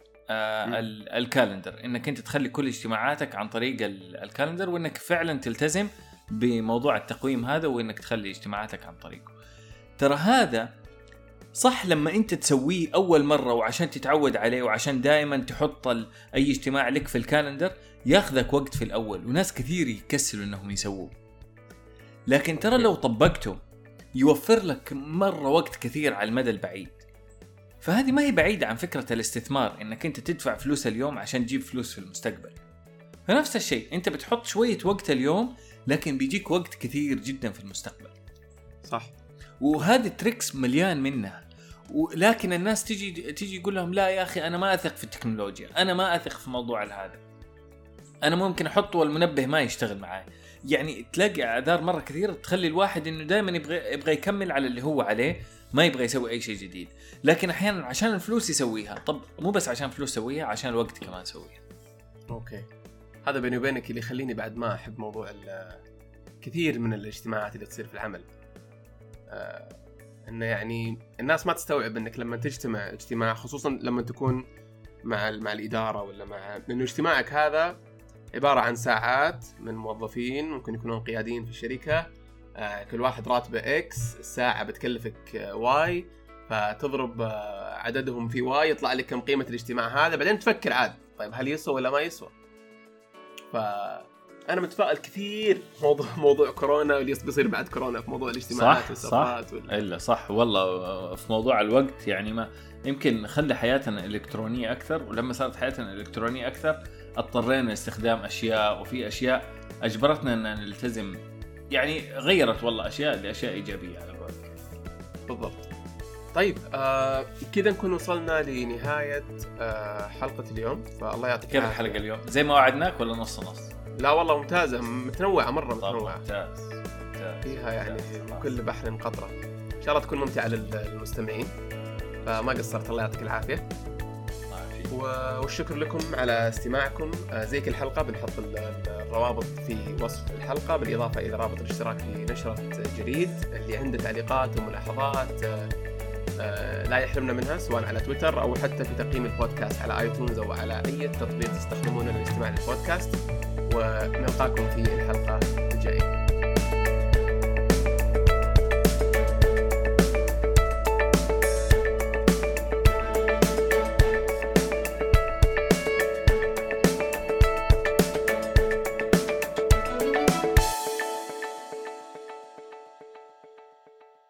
الكالندر، إنك أنت تخلي كل اجتماعاتك عن طريق الكالندر، وإنك فعلا تلتزم بموضوع التقويم هذا، وإنك تخلي اجتماعاتك عن طريقه. ترى هذا صح لما أنت تسويه أول مرة وعشان تتعود عليه وعشان دائما تحط أي اجتماع لك في الكالندر، ياخذك وقت في الأول وناس كثير يكسلوا أنهم يسووه. لكن ترى لو طبقته يوفر لك مرة وقت كثير على المدى البعيد. فهذه ما هي بعيدة عن فكرة الاستثمار، إنك أنت تدفع فلوس اليوم عشان تجيب فلوس في المستقبل. فنفس الشيء أنت بتحط شوية وقت اليوم لكن بيجيك وقت كثير جدا في المستقبل. صح. وهذه تريكس مليان منها، ولكن الناس تيجي تيجي يقول لهم لا يا أخي أنا ما أثق في التكنولوجيا، أنا ما أثق في موضوع هذا، أنا ممكن أحطه والمنبه ما يشتغل معي. يعني تلاقي أعذار مرة كثيرة تخلي الواحد إنه دائما يبغى يبغى يكمل على اللي هو عليه، ما يبغى يسوي أي شيء جديد. لكن أحيانا عشان الفلوس يسويها. طب مو بس عشان فلوس يسويها، عشان الوقت كمان يسويها. أوكي. هذا بيني وبينك اللي يخليني بعد ما أحب موضوع كثير من الاجتماعات اللي تصير في العمل، آه إنه يعني الناس ما تستوعب إنك لما تجتمع اجتماع، خصوصا لما تكون مع مع الإدارة ولا مع إنه اجتماعك هذا عبارة عن ساعات من موظفين ممكن يكونون قياديين في الشركة، آه كل واحد راتبه إكس، الساعة بتكلفك آه واي، فتضرب آه عددهم في واي يطلع لك كم قيمة الاجتماع هذا. بعدين تفكر عاد طيب هل يسوى ولا ما يسوى. فأنا متفائل كثير موضوع موضوع كورونا واللي بيصير بعد كورونا في موضوع الاجتماعات والسفرات. صح ولا... إلا صح والله. في موضوع الوقت يعني ما يمكن خلي حياتنا إلكترونية أكثر، ولما صارت حياتنا إلكترونية أكثر اضطرينا لاستخدام أشياء، وفي أشياء أجبرتنا أن نلتزم، يعني غيرت والله أشياء لأشياء إيجابية على قولك. بالضبط. طيب آه كذا نكون وصلنا لنهاية آه حلقة اليوم، فالله يعطيك كيف الحلقة اليوم؟ زي ما وعدناك ولا نص نص؟ لا والله ممتازة، متنوعة مرة متنوعة. ممتاز. ممتاز. فيها يعني من كل بحر قطرة. إن شاء الله تكون ممتعة للمستمعين، فما قصرت، الله يعطيك العافية. والشكر لكم على استماعكم. زي كل حلقة بنحط الروابط في وصف الحلقة، بالإضافة إلى رابط الاشتراك في نشرة جريد. اللي عنده تعليقات وملاحظات لا يحرمنا منها، سواء على تويتر أو حتى في تقييم البودكاست على آيتونز أو على أي تطبيق تستخدمونه للاستماع للبودكاست. ونلقاكم في الحلقة